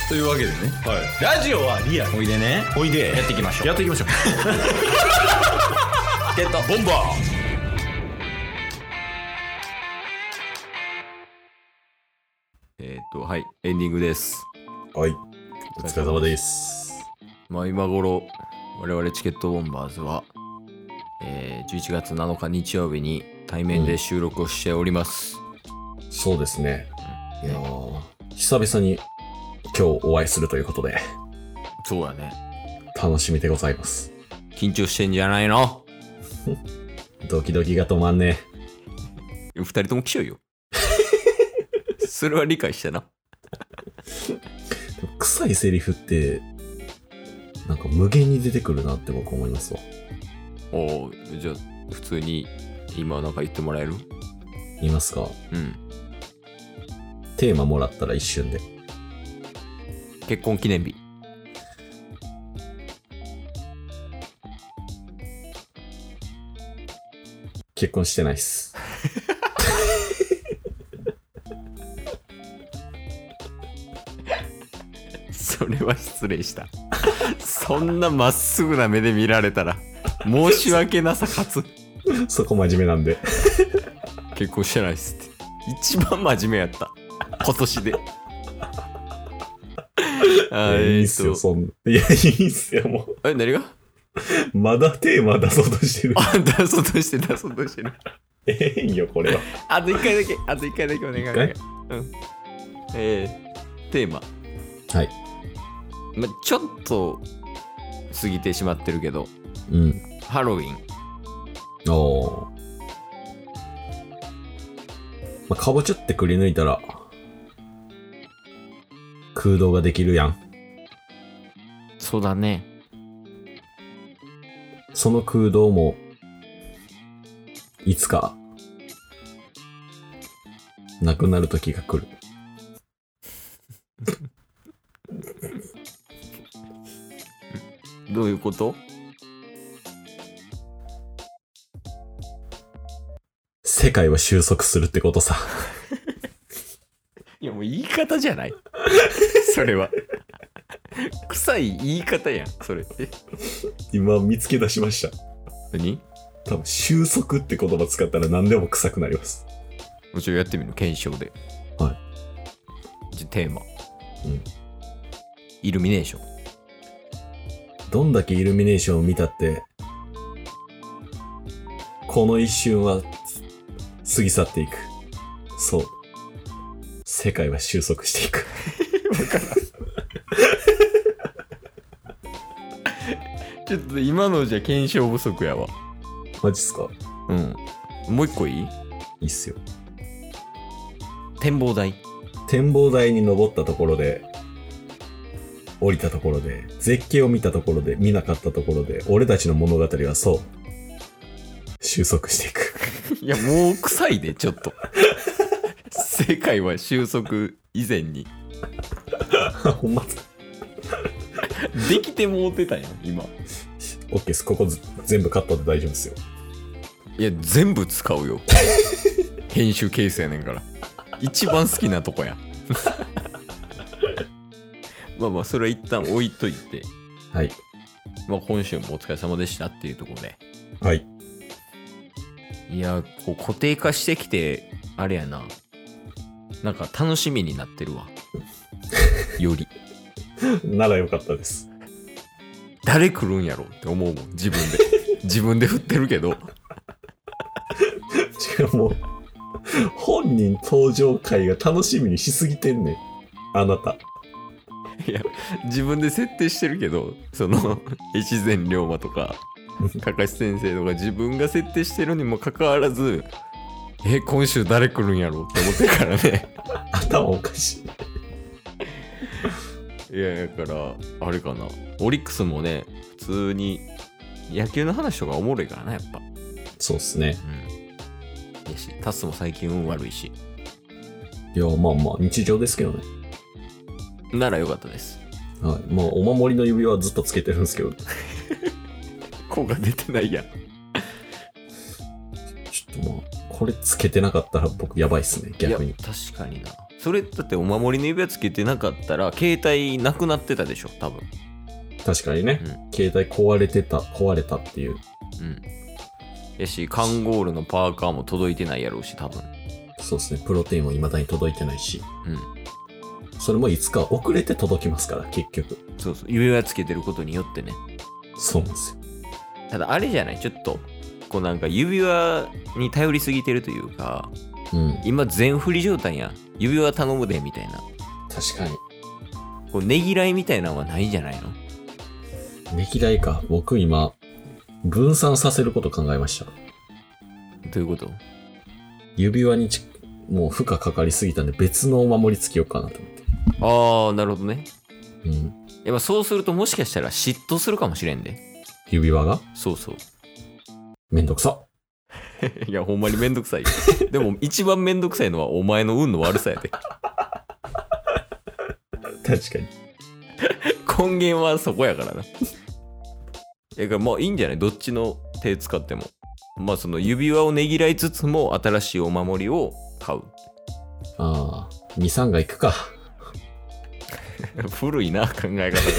というわけでね、 はい、ラジオはリアル。 おいでね、 おいでやっていきましょう。 やっていきましょう。 ゲットボンバー。はい、エンディングです。 はい、お疲れ様です。 まあ今頃我々チケットボンバーズは、11月7日日曜日に対面で収録をしております。 そうですね。いやー、久々に今日お会いするということで、 そうやね。 楽しみでございます。 緊張してんじゃないの？ ドキドキが止まんねえ。二人ともきしょいよ。それは理解したな。 臭いセリフってなんか無限に出てくるなって僕思いますわ。 おお、じゃあ普通に今なんか言ってもらえる？ 言いますか？ うん。 テーマもらったら一瞬で。 結婚記念日。 結婚してないっす。 それは失礼した。そんなまっすぐな目で見られたら申し訳なさ勝つ。 そこ真面目なんで。 結婚してないっすって。一番真面目やった。今年で。 いいっすよ、そんな。いや、いいっすよ、もう。 何が？ まだテーマ出そうとしてる。 出そうとしてる。 ええんよ、これは。 あと一回だけお願い。 一回？ うん。テーマ。 はい。 ちょっと過ぎてしまってるけど、 うん。 ハロウィン。 おー。かぼちゃってくり抜いたら、空洞ができるやん。 そうだね。 その空洞も、いつか、なくなる時が来る。 どういうこと？ 世界は収束するってことさ。 いやもう言い方じゃない。それは。臭い言い方やん、それって。 今見つけ出しました。 何？ 多分収束って言葉使ったら何でも臭くなります。 もちろんやってみる、検証で。 はい。 じゃテーマ。 うん。 イルミネーション。 どんだけイルミネーションを見たって、この一瞬は過ぎ去っていく。そう。世界は収束していく。 わからん。ちょっと今のじゃ検証不足やわ。 マジっすか？ うん。もう一個いい？ いいっすよ。 展望台。 展望台に登ったところで、降りたところで、絶景を見たところで、見なかったところで、俺たちの物語はそう、収束していく。 いや、もう臭いで、ちょっと。世界は収束以前に。 ほんまっすか？ できてもうてたやん、今。 オッケーです。ここ全部カットで大丈夫ですよ。 いや、全部使うよ。編集ケースやねんから。一番好きなとこや。まあまあ、それは一旦置いといて。 はい。 まあ、今週もお疲れ様でしたっていうところで。 はい。 いや、こう固定化してきて、あれやな。なんか楽しみになってるわ。より。 ならよかったです。 誰来るんやろって思うもん、自分で。自分で振ってるけど。 しかも、本人登場回が楽しみにしすぎてんねん。あなた。 いや、自分で設定してるけど、その、越前龍馬とか、かかし先生とか自分が設定してるにもかかわらず、今週誰来るんやろって思ってるからね。 頭おかしい。 いや、だから、あれかな。オリックスもね、普通に野球の話とかおもろいからな、やっぱ。 そうっすね。 うん。いやし、タスも最近運悪いし。 いや、まあまあ、日常ですけどね。 ならよかったです。 はい。まあ、お守りの指輪はずっとつけてるんですけど。 効果出てないやん。 ちょっとまあ、これつけてなかったら僕やばいっすね、逆に。 いや、確かにな。 それだってお守りの指輪つけてなかったら携帯なくなってたでしょ多分。 確かにね、携帯壊れたっていう。 やしカンゴールのパーカーも届いてないやろうし多分。 そうですね。プロテインも未だに届いてないし。それもいつか遅れて届きますから結局。 そう指輪つけてることによってね。 そうなんですよ。 ただあれじゃないちょっとこうなんか指輪に頼りすぎてるというか、今全振り状態やん。指輪頼むでみたいな。 確かに。 こうねぎらいみたいなのはないんじゃないの？ ねぎらいか。僕今分散させること考えました。 どういうこと？ 指輪にもう負荷かかりすぎたんで別のお守りつけようかなと思って。 ああ、なるほどね。やっぱそうするともしかしたら嫉妬するかもしれんで。 指輪が？ そうそう。 めんどくさ。 いやほんまにめんどくさいよ。でも一番めんどくさいのはお前の運の悪さやで。 確かに。 根源はそこやからな。だからまあいいんじゃない？どっちの手使っても。まあその指輪をねぎらいつつも新しいお守りを買う。 ああ、2、3が行くか。 古いな考え方が。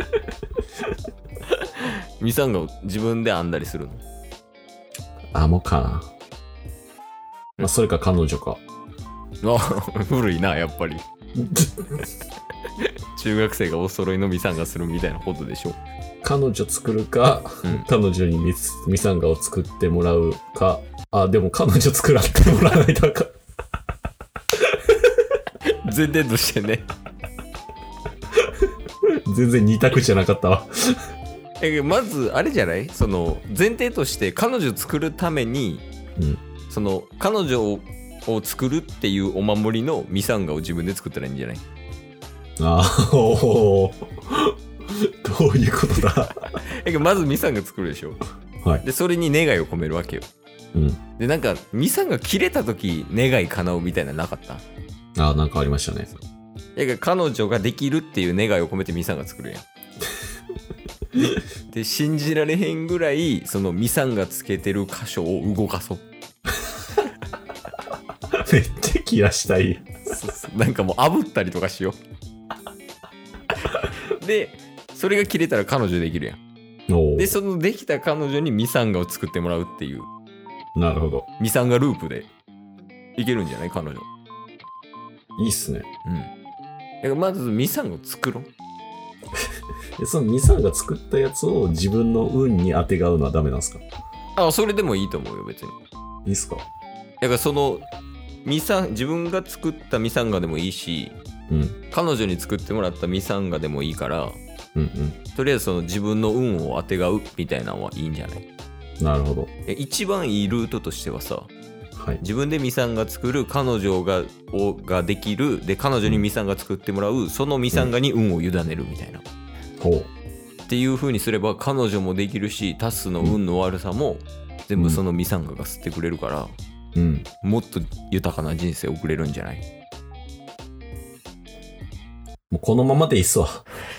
ミサンが自分で編んだりするの？ あ、もうかな。まあそれか彼女か。 あ、古いなやっぱり。中学生がお揃いのミサンガするみたいなことでしょ。 彼女作るか、彼女にミサンガを作ってもらうか。あ、でも彼女作らってもらわないとか。 前提としてね。 全然2択じゃなかったわ。 まずあれじゃない？その前提として彼女作るために、その彼女を作るっていうお守りのミサンガを自分で作ったらいいんじゃない？ ああ、おー。どういうことだ？ まずミサンガ作るでしょ。 はい。 でそれに願いを込めるわけよ。でなんかミサンガ切れた時願い叶うみたいなのなかった？ ああ、なんかありましたね。 彼女ができるっていう願いを込めてミサンガ作るやん。で信じられへんぐらいそのミサンガつけてる箇所を動かそう。 めっちゃ気がしたい。 なんかもう炙ったりとかしよう。でそれが切れたら彼女できるやん。でそのできた彼女にミサンガを作ってもらうっていう。 なるほど。 ミサンガループでいけるんじゃない？彼女いいっすね。 だからまずミサンガを作ろう。 そのミサンガ作ったやつを自分の運に当てがうのはダメなんですか？ あ、それでもいいと思うよ別に。 いいっすか？ だからその自分が作ったミサンガでもいいし、彼女に作ってもらったミサンガでもいいから、とりあえずその自分の運を当てがうみたいなのはいいんじゃない？ なるほど。 一番いいルートとしてはさ、 はい、自分でミサンガ作る、彼女ができる、で彼女にミサンガ作ってもらう、そのミサンガに運を委ねるみたいな、っていう風にすれば彼女もできるし、タスの運の悪さも全部そのミサンガが吸ってくれるから、もっと豊かな人生を送れるんじゃない？ もうこのままでいいっすわ。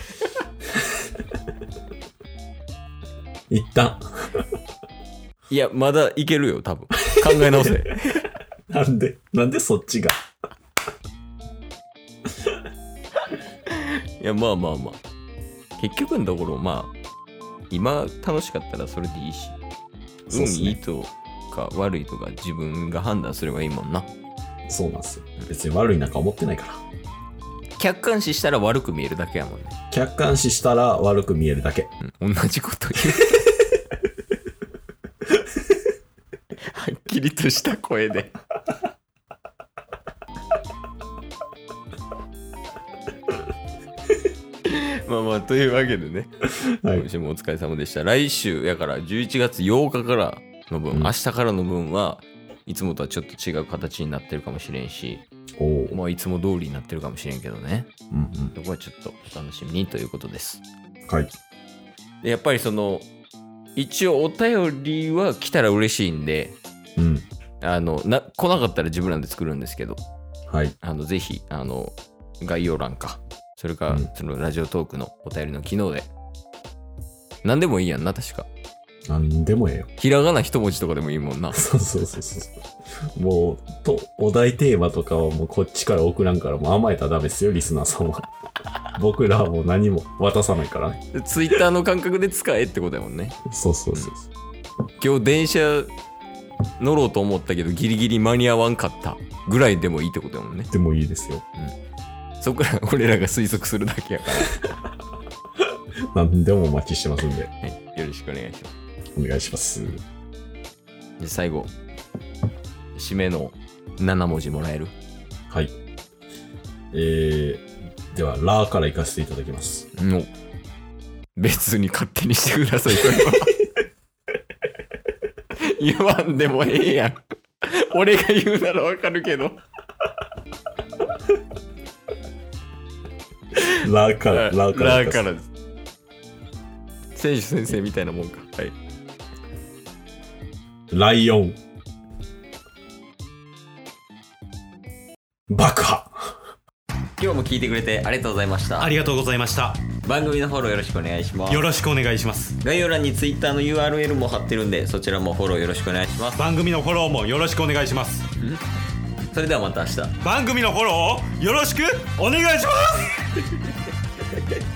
一旦。 いやまだいけるよ多分。考え直せ。 なんでそっちが。 いやまあ結局のところ今楽しかったらそれでいいし、運いいとか悪いとか自分が判断すればいいもんな。 そうなんですよ。別に悪いなんか思ってないから。 客観視したら悪く見えるだけやもんね。 客観視したら悪く見えるだけ。 同じこと言う。はっきりとした声で。まあというわけでね、今週もお疲れ様でした。来週やから11月8日からの分、明日からの分はいつもとはちょっと違う形になってるかもしれんし、いつも通りになってるかもしれんけどね、そこはちょっとお楽しみにということです。 はい。 でやっぱりその一応お便りは来たら嬉しいんで、来なかったら自分らで作るんですけど、ぜひ概要欄か、それからそのラジオトークのお便りの機能で何でもいいやんな。確かなんでもええよ。 ひらがな一文字とかでもいいもんな。 そうそうそうそう。もう、お題テーマとかはもうこっちから送らんから、もう甘えたらダメですよ、リスナーさんは。僕らはもう何も渡さないからね。 ツイッターの感覚で使えってことやもんね。 そうそうそう。 今日電車乗ろうと思ったけどギリギリ間に合わんかったぐらいでもいいってことやもんね。 でもいいですよ。 そこから俺らが推測するだけやから。 何でもお待ちしてますんで。 はい、よろしくお願いします。 お願いします。 で最後、締めの7文字もらえる？ はい。では、ラーから行かせていただきます。 の別に勝手にしてください、それは。言わんでもええやん。俺が言うならわかるけど。 ラーからです。選手先生みたいなもんか。はい。 ライオン。爆破。 今日も聞いてくれてありがとうございました。 ありがとうございました。 番組のフォローよろしくお願いします。 よろしくお願いします。 概要欄に Twitter の URL も貼ってるんで、そちらもフォローよろしくお願いします。 番組のフォローもよろしくお願いします。 それではまた明日。 番組のフォローをよろしくお願いします。